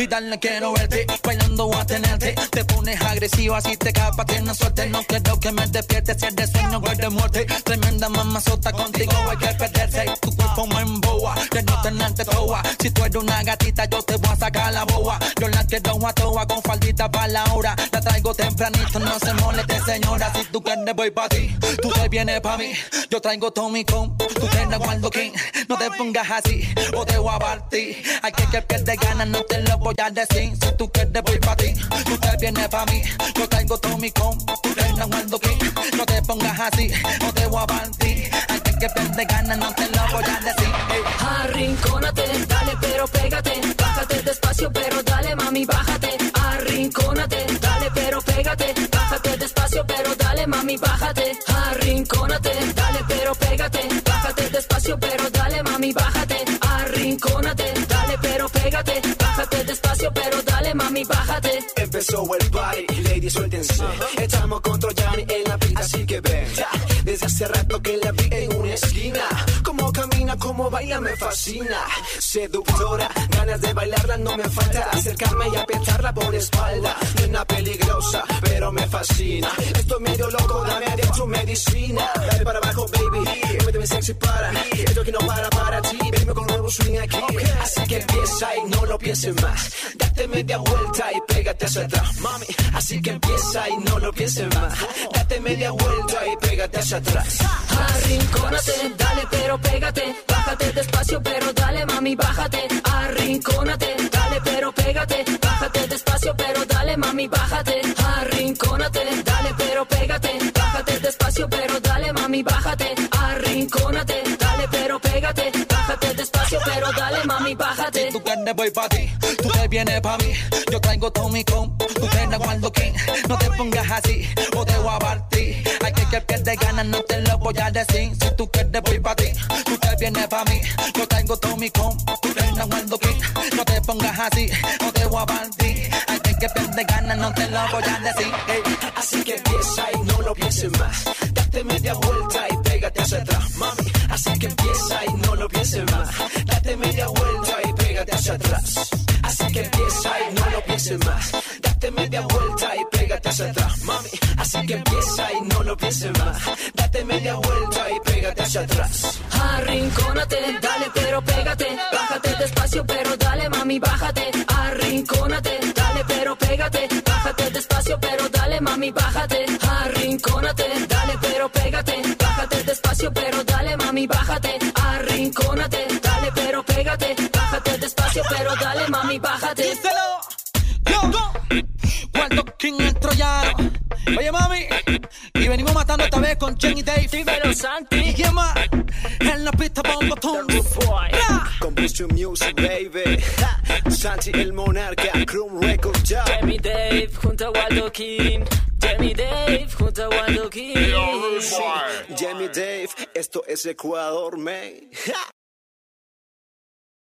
y dale quiero verte, bailando a tenerte. Te pones agresiva si te escapas tienes suerte. No quiero que me despiertes si es de sueño o es de muerte. Tremenda mamazota contigo hay que perderse. Tu cuerpo me emboa, de no tenerte toa. Si tú eres una gatita yo te voy a sacar la boa. Yo la quiero a toa con faldita pa' la hora. La traigo tempranito, no se moleste señora. Si tú quieres voy pa' ti, tú te vienes pa' mí. Yo traigo Tommy con, tú tienes Waldo King. No te pongas así, o te voy a partir. Hay que pierde ganas, no te lo voy a decir. Si tú quieres voy pa' ti, tú te vienes pa' mí. Yo traigo Tommy con, tú tienes Waldo King. No te pongas así, o te voy a partir. Hay que pierde ganas, no te lo voy a decir. Arrincónate, dale pero pégate. Bájate despacio pero dale mami, bájate. Arrincónate, dale pero pégate. Bájate despacio pero dale mami, bájate. Arrincónate, dale pero pégate. Bájate despacio pero dale mami, bájate. Arrincónate, dale pero pégate. Bájate despacio pero dale mami, bájate. Empezó el party, ladies suéltense. Estamos con Troyani en la pista, así que ven. Desde hace rato que la vi en una esquina. Cómo camina, cómo baila, me fascina. Seductora, ganas de bailarla no me falta. Acercarme y apretarla por espalda. Nena peligrosa, pero me fascina. Estoy medio loco, dame de tu medicina. Dale para abajo, baby, méteme sexy para. Esto aquí no para ti, venme con nuevo swing aquí. Así que empieza y no lo pienses más. Date media vuelta y pégate hacia atrás, mami. Así que empieza y no lo pienses más. Date media vuelta y pégate hacia atrás. Arrincónate, dale pero pégate. Bájate despacio pero dale mami, bájate. Arrincónate, dale pero pégate. Bájate despacio pero dale mami, bájate. Arrincónate, dale pero pégate. Bájate despacio pero dale mami, bájate. Arrincónate, dale pero pégate. Bájate despacio pero dale mami, bájate. Si tú quieres voy pa' ti, tú te vienes pa' mí. Yo traigo Tommy con, tú tienes Waldo King. No te pongas así, o te voy a partir. Hay que pierde ganas, no te lo voy a decir. Si tú quieres voy pa' ti, tú te vienes pa' mí. Yo traigo Tommy con, tú tienes Waldo King. No te pongas así, o te voy a partir. Hay que pierde ganas, no te lo voy a decir. Así que empieza y no lo pienses más. Date media vuelta y pégate hacia atrás, mami. Así que empieza y no lo pienses más. Date media vuelta y pégate hacia atrás. Así que empieza y no lo pienses más. Date media vuelta y pégate hacia atrás, mami. Así que empieza y no lo pienses más. Date media vuelta y pégate hacia atrás. Arrincónate, dale pero pégate. Bájate despacio pero dale mami, bájate. Arrincónate, dale pero pégate. Bájate despacio pero dale mami, bájate. Arrincónate, dale pero pégate. Bájate despacio pero dale mami, bájate. Arrincónate, dale pero pégate. Bájate despacio pero dale mami, bájate. Díselo, yo, Waldo King el troyano. Oye mami, y venimos matando esta vez con Jenny Dave. Dímelo Santi. ¿Y quién más? En la pista Bongo Tunes. Con Boost Music, baby. Santi el monarca, Chrome Records, ya. Jamie Dave junto a Waldo King. Jamie Dave junto a Waldo King. Jamie Dave, esto es Ecuador, man.